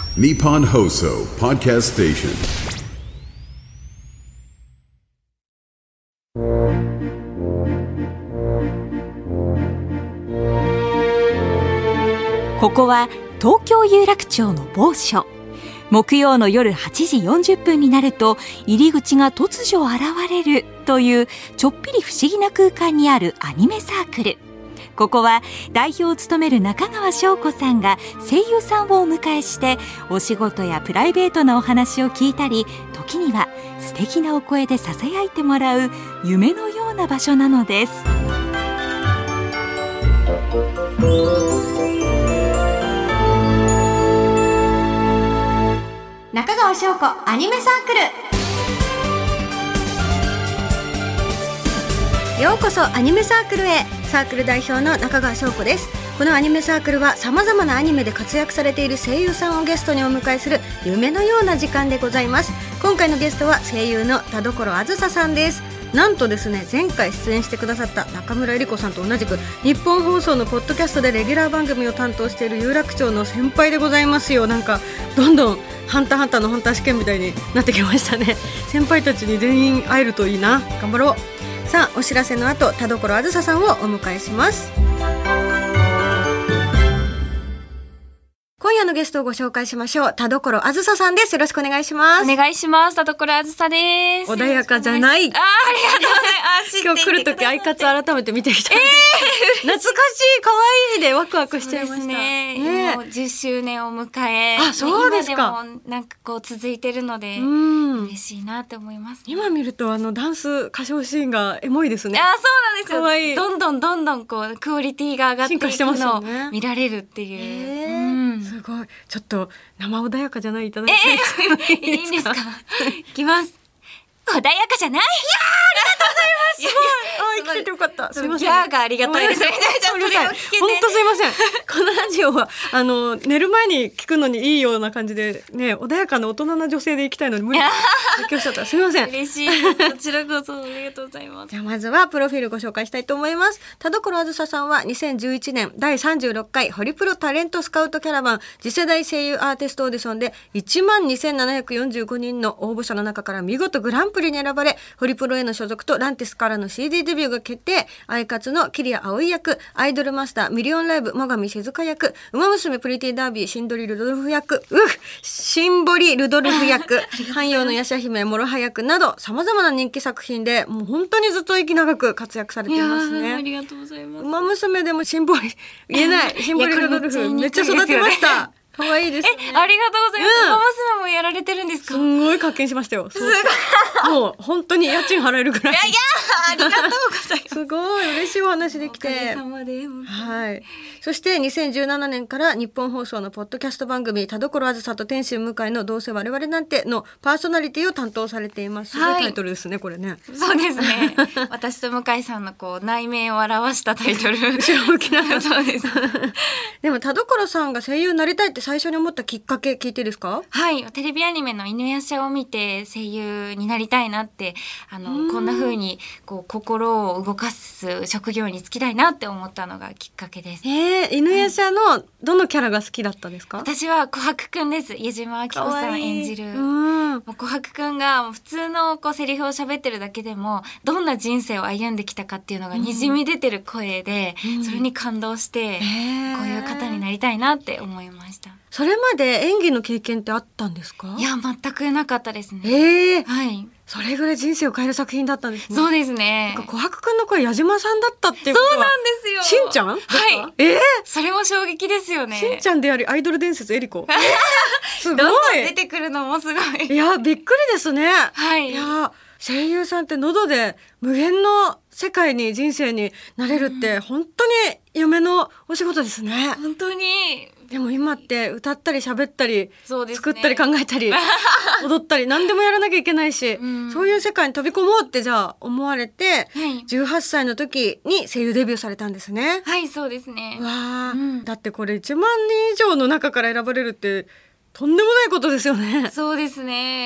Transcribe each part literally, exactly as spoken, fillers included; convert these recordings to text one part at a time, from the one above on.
Nippon Hoso Podcast Station。 ここは東京有楽町の某所。木曜の夜はちじよんじゅっぷんになると入り口が突如現れるというちょっぴり不思議な空間にあるアニメサークル。ここは代表を務める中川翔子さんが声優さんをお迎えしてお仕事やプライベートなお話を聞いたり、時には素敵なお声でささやいてもらう夢のような場所なのです。 中川翔子アニメサークル。ようこそアニメサークルへ。サークル代表の中川翔子です。このアニメサークルはさまざまなアニメで活躍されている声優さんをゲストにお迎えする夢のような時間でございます。今回のゲストは声優の田所あずささんです。なんとですね、前回出演してくださった中村江里子さんと同じく日本放送のポッドキャストでレギュラー番組を担当している有楽町の先輩でございますよ。なんかどんどんハンターハンターのハンター試験みたいになってきましたね。先輩たちに全員会えるといいな。頑張ろう。さあ、お知らせの後、田所あずささんをお迎えします。今夜のゲストをご紹介しましょう。田所あずささんです。よろしくお願いします。 お願いします。田所あずさです。 穏やかじゃない。あ、ありがとうございます。 今日来るときアイカツ改めて見てきたんで、えー、懐かしい可愛いでワクワクしちゃいました。 ねね、もうじゅっしゅうねんを迎え、 あ、そうですか。 今でもなんかこう続いてるので、うん、嬉しいなって思います、ね。 今見るとあのダンス歌唱シーンがエモいですね。 あ、そうなんですよ。 可愛い。 どんどんどんどんこうクオリティが上がっていくのを見られるっていう。 えーうん、すごい。ちょっと生穏やかじゃないいただいて、 えー、いいんですか。いきます。穏やかじゃない。いやー、ありがとうございます。すごい。あ、生きててよかった。すみません。 ギャーがありがたいですね。 本当すいません。このラジオはあの寝る前に聞くのにいいような感じでね、穏やかな大人な女性で行きたいのに無理。今日しちゃった。すみません。 嬉しい。こちらこそありがとうございます。 じゃあまずはプロフィールご紹介したいと思います。田所あずささんはにせんじゅういちねんだいさんじゅうろっかいホリプロタレントスカウトキャラバン次世代声優アーティストオーディションでいちまんにせんななひゃくよんじゅうごにんの応募者の中から見事グランプリに選ばれ、ホリプロへの所属とランティスからの シーディー デビューが決定。アイカツの桐谷葵役、アイドルマスターミリオンライブ最上静香役、ウマ娘プリティダービーシンドリルドルフ役、うシンボリルドルフ役汎用のヤシャ姫モロハ役など様々な人気作品でもう本当にずっと息長く活躍されていますね。 ありがとうございます。 ウマ娘でもシンボリ言えないシンボリルドルフめっちゃ育てました。可愛いです、ね。 え、ありがとうございます。ウマ娘もやられてるんですか。 すんごい課金しましたよ。すごい。もう本当に家賃払えるぐらい。 いやいや、ありがとうございます。 すごい嬉しいお話できて。 おかげさまで。 はい。そしてにせんじゅうななねんから日本放送のポッドキャスト番組田所あずさと天心向井のどうせ我々なんてのパーソナリティを担当されています。すごいタイトルですね、はい、これね。 そうですね。私と向井さんのこう内面を表したタイトル。 後ろ向きながら。 そうです。 でも田所さんが声優になりたいって最初に思ったきっかけ聞いていいですか。 はい、テレビアニメの犬夜叉を見て声優になりたいなって、あのこんな風にこう心を動かす職業に就きたいなって思ったのがきっかけです。 えー、犬夜叉のどのキャラが好きだったんですか。 私は琥珀くんです。矢島明子さん演じる。 もう琥珀くんが普通のこうセリフを喋ってるだけでもどんな人生を歩んできたかっていうのがにじみ出てる声で、うん、それに感動して、うん、こういう方になりたいなって思いました。 それまで演技の経験ってあったんですか。 いや、全くなかったですね。 えー、 はい。 それぐらい人生を変える作品だったんですね。 そうですね。 琥珀くんの声矢島さんだったっていうことは。 そうなんですよ。 しんちゃん。はい。 えー、それも衝撃ですよね。 しんちゃんでありアイドル伝説エリコ。すごい。 どんどん出てくるのもすごい。 いや、びっくりですね。 はい。 いや、声優さんって喉で無限の世界に人生になれるって、うん、本当に夢のお仕事ですね。 本当に。 でも今って歌ったり喋ったり、 そうですね、 作ったり考えたり踊ったり何でもやらなきゃいけないし、うん、そういう世界に飛び込もうってじゃあ思われて、はい、じゅうはっさいの時に声優デビューされたんですね。 はい、そうですね。 わー、 うん、 だってこれいちまんにん以上の中から選ばれるってとんでもないことですよね。 そうですね。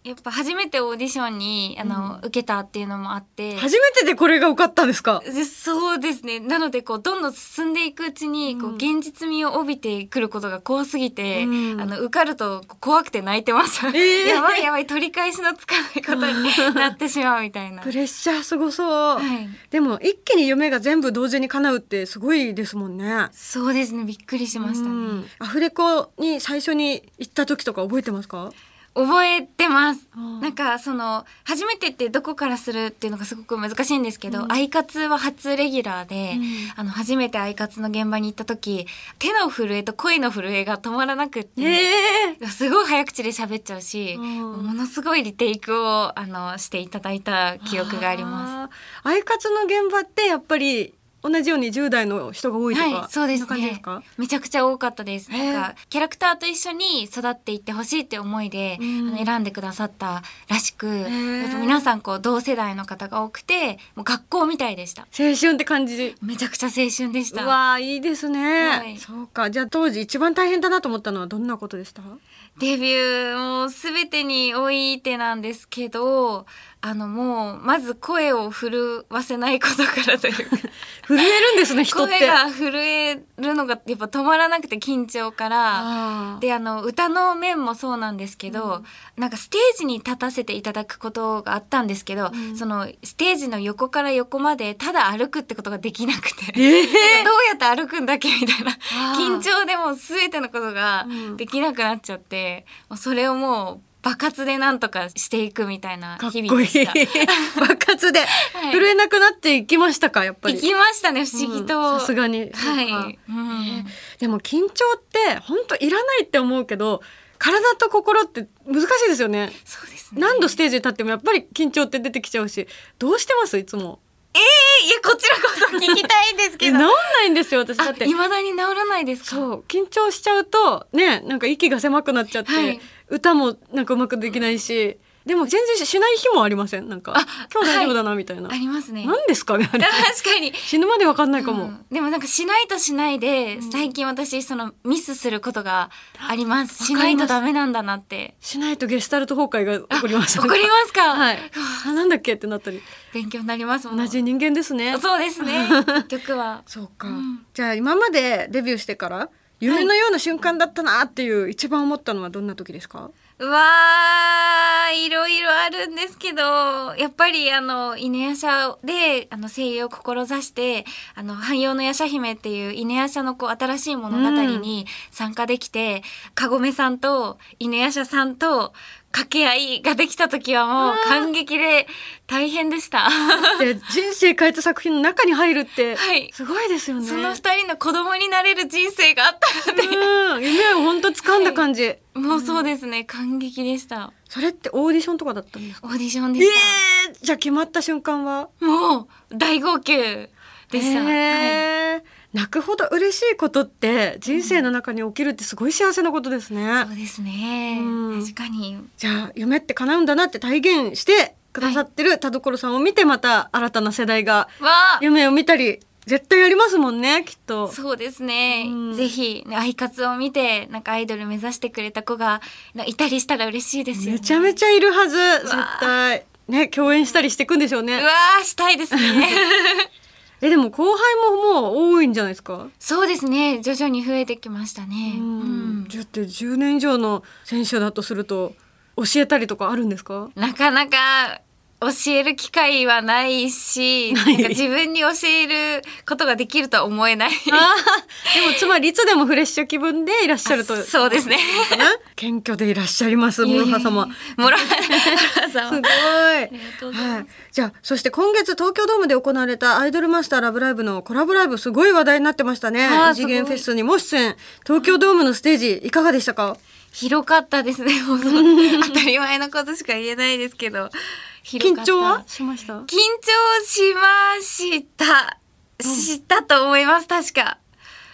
やっぱ初めてオーディションにあの、うん、受けたっていうのもあって、 初めてでこれが受かったんですか？ そうですね。なのでこうどんどん進んでいくうちに、うん、こう現実味を帯びてくることが怖すぎて、うん、あの受かると怖くて泣いてました、えー、やばいやばい取り返しのつかないことになってしまうみたいなプレッシャーすごそう、 はい、 でも一気に夢が全部同時に叶うってすごいですもんね。 そうですね、びっくりしましたね、うん、 アフレコに最初に行った時とか覚えてますか？ 覚えてます。なんかその初めてってどこからするっていうのがすごく難しいんですけど、うん、アイカツは初レギュラーで、うん、あの初めてアイカツの現場に行った時、手の震えと声の震えが止まらなくって、えー、すごい早口で喋っちゃうし、うん、ものすごいリテイクをあのしていただいた記憶があります。 アイカツの現場ってやっぱり同じようにじゅう代の人が多いとか、 はい、そうですね。 そんな感じですか？ めちゃくちゃ多かったです。なんかキャラクターと一緒に育っていってほしいって思いで、うん、あの選んでくださったらしく、やっぱ皆さんこう同世代の方が多くて、もう学校みたいでした。 青春って感じ。 めちゃくちゃ青春でした。 うわー、いいですね、 はい、 そうか。じゃあ当時一番大変だなと思ったのはどんなことでした？ デビューも全てにおいてなんですけど、あのもうまず声を震わせないことからというか震えるんですね、人って。 声が震えるのがやっぱ止まらなくて、緊張からで、あの歌の面もそうなんですけど、うん、なんかステージに立たせていただくことがあったんですけど、うん、そのステージの横から横までただ歩くってことができなくて、えー、どうやって歩くんだっけみたいな緊張でもう全てのことができなくなっちゃって、うん、それをもう爆発でなんとかしていくみたいな日々でした。かっこいい爆発で、はい、震えなくなっていきましたか？やっぱりいきましたね、不思議と。 さすがに、 はい、うんえー、でも緊張って本当いらないって思うけど、体と心って難しいですよね。 そうですね。 何度ステージに立ってもやっぱり緊張って出てきちゃうし、どうしてますいつも？ えー、いやこちらこそ聞きたいんですけど治んないんですよ私。だって未だに治らないですか？ そう、緊張しちゃうとね、なんか息が狭くなっちゃって、はい、歌もなんかうまくできないし、でも全然しない日もありません？なんか今日大丈夫だなみたいな、 はい、ありますね。 何ですかねあれ確かに死ぬまで分かんないかも、 うん、でもなんかしないとしないで、うん、最近私そのミスすることがあります。しないとダメなんだなって。 しないとゲスタルト崩壊が起こります。 起こりますか？ はい。あ、なんだっけってなったり。 勉強になりますもん。 同じ人間ですね。 そうですね曲はそうか、うん、じゃあ今までデビューしてから夢のような瞬間だったなっていう、はい、一番思ったのはどんな時ですか？ うわー、いろいろあるんですけど、やっぱりあの犬夜叉であの声優を志してあの汎用の夜叉姫っていう犬夜叉のこう新しい物語に参加できて、うん、かごめさんと犬夜叉さんと掛け合いができた時はもう感激で大変でしたで人生変えた作品の中に入るってすごいですよね、 はい、その二人の子供になれる人生があったので、 うん、夢を本当掴んだ感じ、はい、 もうそうですね、感激でした。 それってオーディションとかだったんですか？ オーディションでした。 えー、じゃあ決まった瞬間はもう大号泣でした、 えーはい、泣くほど嬉しいことって人生の中に起きるってすごい幸せなことですね、 うん、そうですね、うん、確かに。 じゃあ夢って叶うんだなって体現してくださってる田所さんを見て、また新たな世代が夢を見たり絶対ありますもんね、きっと。 そうですね、うん、ぜひアイカツを見てなんかアイドル目指してくれた子がいたりしたら嬉しいですよね。 めちゃめちゃいるはず、絶対ね、共演したりしていくんでしょうね。 うわー、したいですねえでも後輩ももう多いんじゃないですか？ そうですね、徐々に増えてきましたね。うん、うん、 じゃあじゅうねん以上の選手だとすると教えたりとかあるんですか？ なかなか教える機会はないし、なんか自分に教えることができるとは思えないあでもつまりいつでもフレッシュ気分でいらっしゃると。 そうですね謙虚でいらっしゃいます、諸葉様。 諸葉様すごい、はい、じゃあそして今月東京ドームで行われたアイドルマスターラブライブのコラボライブ、すごい話題になってましたね。異次元フェスにも出演。東京ドームのステージいかがでしたか？ 広かったですねもう当たり前のことしか言えないですけど、 緊張はしました？ 緊張しましたしたと思います。確か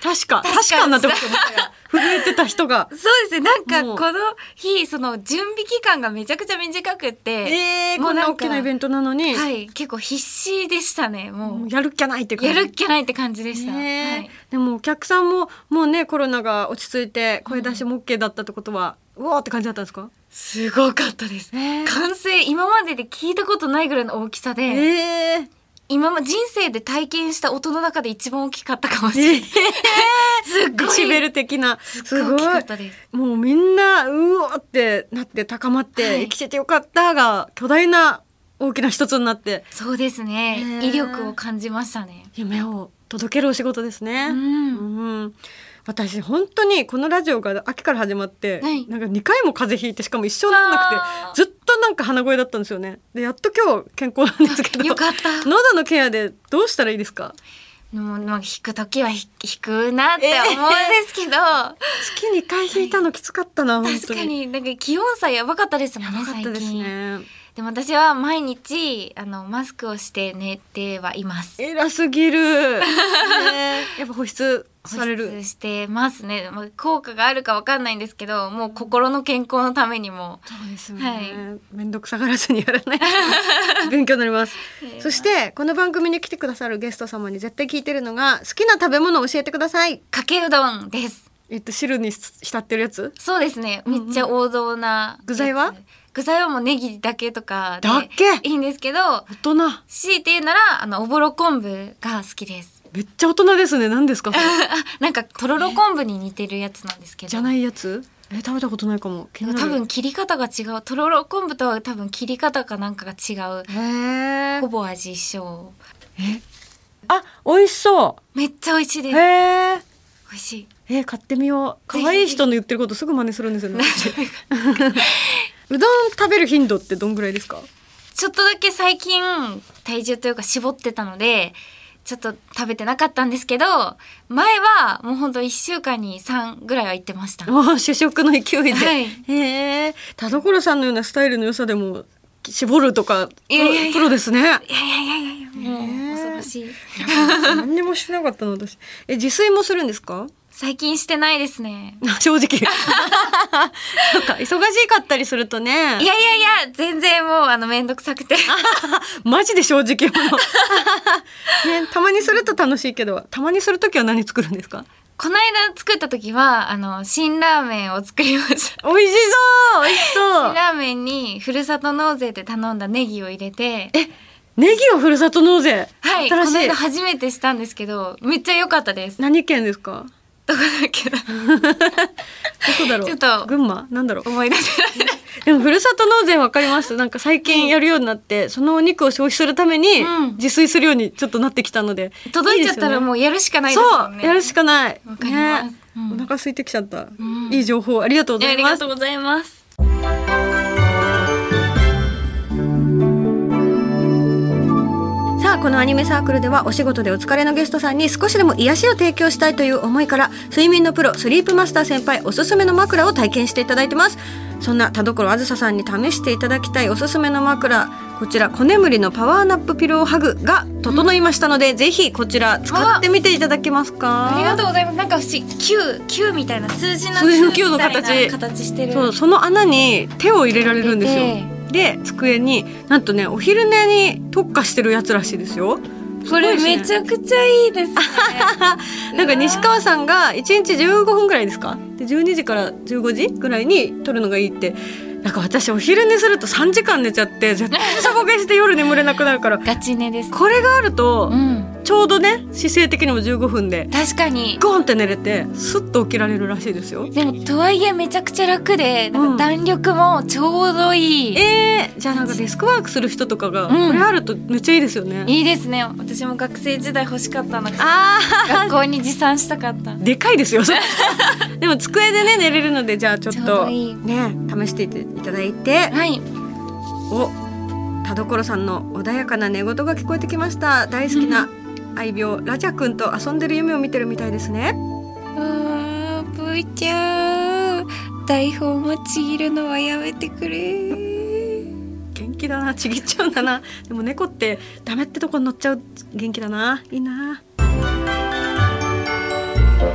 確か確かになってますよね。震えてた人がそうですね。なんかもうこの日その準備期間がめちゃくちゃ短くってえー、こんな大きなイベントなのに、 はい、結構必死でしたね。もうもうやるっきゃないって感じ。 やるっきゃないって感じでした、 ねはい、 でもお客さんももうねコロナが落ち着いて声出しも OK だったってことは、うん、うわーって感じだったんですか？ すごかったです、 えー、 歓声今までで聞いたことないぐらいの大きさで、 えー今ま人生で体験した音の中で一番大きかったかもしれない、えー、すごいデシベル的なすごい大きかったです。 もうみんなうおってなって高まって、はい、生きててよかったが巨大な大きな一つになって、 そうですね、えー、威力を感じましたね。 夢を届けるお仕事ですね、 うんうん、私本当にこのラジオが秋から始まって、はい、なんかにかいも風邪ひいてしかも一生なんなくてずっとなんか鼻声だったんですよね。でやっと今日健康なんですけどよかった喉のケアでどうしたらいいですか？ もう弾く時は弾くなって思うんですけど、えー、 月にかい弾いたのきつかったな、はい、本当に確かになんか気温差やばかったですもんね最近。 ですね。 でも私は毎日あのマスクをして寝てはいます。 偉すぎる、ね、やっぱ保湿される。 保湿してますね。まあ、効果があるかわかんないんですけど、もう心の健康のためにも。 そうですね、 はい、 めんどくさがらずにやらない勉強になります。そしてこの番組に来てくださるゲスト様に絶対聞いてるのが好きな食べ物を教えてください。 かけうどんです。 えっと汁に浸ってるやつ。 そうですね、めっちゃ王道な、 うん、具材は具材はもうネギだけとかでだけいいんですけど、 大人強いて言うならあのおぼろ昆布が好きです。 めっちゃ大人ですね。何ですかなんかとろろ昆布に似てるやつなんですけど。 じゃないやつ？え食べたことないかも。 多分切り方が違う。とろろ昆布とは多分切り方かなんかが違う。 へー、 ほぼ味一緒。 えあ美味しそう。 めっちゃ美味しいです。 へー、 美味しい。 えー、買ってみよう。可愛い人の言ってることすぐ真似するんですよねうどん食べる頻度ってどんぐらいですか？ ちょっとだけ最近体重というか絞ってたのでちょっと食べてなかったんですけど、前はもうほんといっしゅうかんにさんぐらいは行ってました。 あ主食の勢いで、 はい、 へえ田所さんのようなスタイルの良さでも絞るとかいやいやいやプロですね。いやいやいやいやもう恐ろしい。 何にもしなかったの私。え自炊もするんですか？ 最近してないですね。 正直そうか忙しかったりするとね。いやいやいや全然もうあのめんどくさくてマジで正直もう、ね、たまにすると楽しいけどたまにするときは何作るんですか？ この間作った時はあの辛ラーメンを作りました。 美味しそう美味しそう。 辛ラーメンにふるさと納税で頼んだネギを入れて。 えネギをふるさと納税。 はいこの間初めてしたんですけどめっちゃ良かったです。 何県ですか？ どこだっけなどこだろう。 ちょっと群馬なんだろう思い出せないでもふるさと納税わかります。なんか最近やるようになって、うん、そのお肉を消費するために自炊するようにちょっとなってきたので、 うん、届いちゃったらもうやるしかないですもんね。 そうやるしかない。 わかります、 ねうん、 お腹空いてきちゃった、 うん、 いい情報ありがとうございます。 ありがとうございます。 さあこのアニメサークルではお仕事でお疲れのゲストさんに少しでも癒しを提供したいという思いから睡眠のプロスリープマスター先輩おすすめの枕を体験していただいてます。そんな田所あずささんに試していただきたいおすすめの枕、こちら小眠りのパワーナップピローハグが整いましたので、うん、ぜひこちら使ってみていただけますか？ ありがとうございます。なんか不思議きゅう、きゅうみたいな数字のきゅうの形形してる。 そうその穴に手を入れられるんですよ。で机になんとねお昼寝に特化してるやつらしいですよ。 これめちゃくちゃいいですねなんか西川さんがいちにちじゅうごふんぐらいですかでじゅうにじからじゅうごじぐらいに撮るのがいいって。なんか私お昼寝するとさんじかん寝ちゃって絶対サボゲして夜眠れなくなるからガチ寝です。 これがあると、うん、ちょうどね姿勢的にもじゅうごふんで確かにゴンって寝れてスッと起きられるらしいですよ。 でもとはいえめちゃくちゃ楽でなんか弾力もちょうどいい、 うん、えー、じゃあなんかデスクワークする人とかがこれあるとめっちゃいいですよね、 うん、いいですね。私も学生時代欲しかったのであ学校に持参したかった。 でかいですよでも机でね寝れるのでじゃあちょっといいね試していただいて、 はい、 お田所さんの穏やかな寝言が聞こえてきました。大好きな愛病ラジャ君と遊んでる夢を見てるみたいですね。 あーぷーちゃん台本をちぎるのはやめてくれ。 元気だな。ちぎっちゃうんだな。でも猫ってダメってとこに乗っちゃう元気だな。いいな。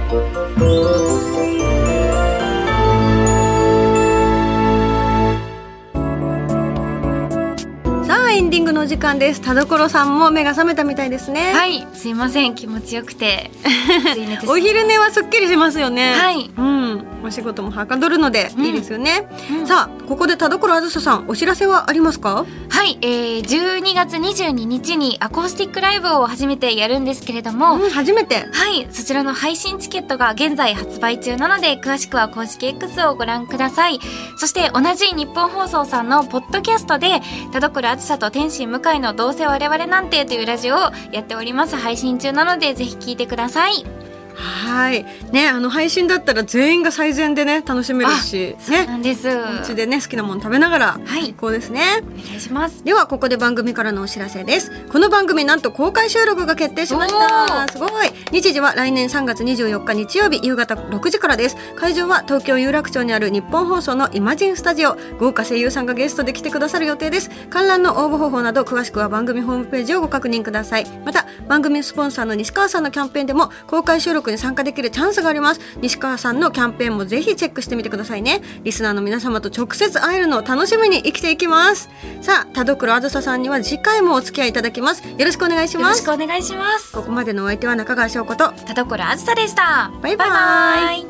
エンディングの時間です。田所さんも目が覚めたみたいですね。 はい、すいません、気持ちよくてお昼寝はすっきりしますよね。 はい、 うん、お仕事もはかどるのでいいですよね、 うんうん、 さあここで田所あずささんお知らせはありますか？ はい、えー、じゅうにがつにじゅうににちにアコースティックライブを初めてやるんですけれども、 うん、初めて。 はい、そちらの配信チケットが現在発売中なので詳しくは公式 X をご覧ください。そして同じ日本放送さんのポッドキャストで田所あずさと天心向井のどうせ我々なんてというラジオをやっております。配信中なのでぜひ聞いてください。 はいね、あの配信だったら全員が最善でね楽しめるし、 そうなんです。 お家でね好きなもの食べながら最高ですね、はい、 お願いします。 ではここで番組からのお知らせです。この番組なんと公開収録が決定しました。すごい。日時は来年さんがつにじゅうよっか日曜日夕方ろくじからです。会場は東京有楽町にある日本放送のイマジンスタジオ。豪華声優さんがゲストで来てくださる予定です。観覧の応募方法など詳しくは番組ホームページをご確認ください。また番組スポンサーの西川さんのキャンペーンでも公開収録に参加できるチャンスがあります。西川さんのキャンペーンもぜひチェックしてみてくださいね。リスナーの皆様と直接会えるのを楽しみに生きていきます。さあ田所あずささんには次回もお付き合いいただきます。よろしくお願いします。 よろしくお願いします。 ここまでのお相手は中川翔子と田所あずさでした。 バイバイ。 バイバイ。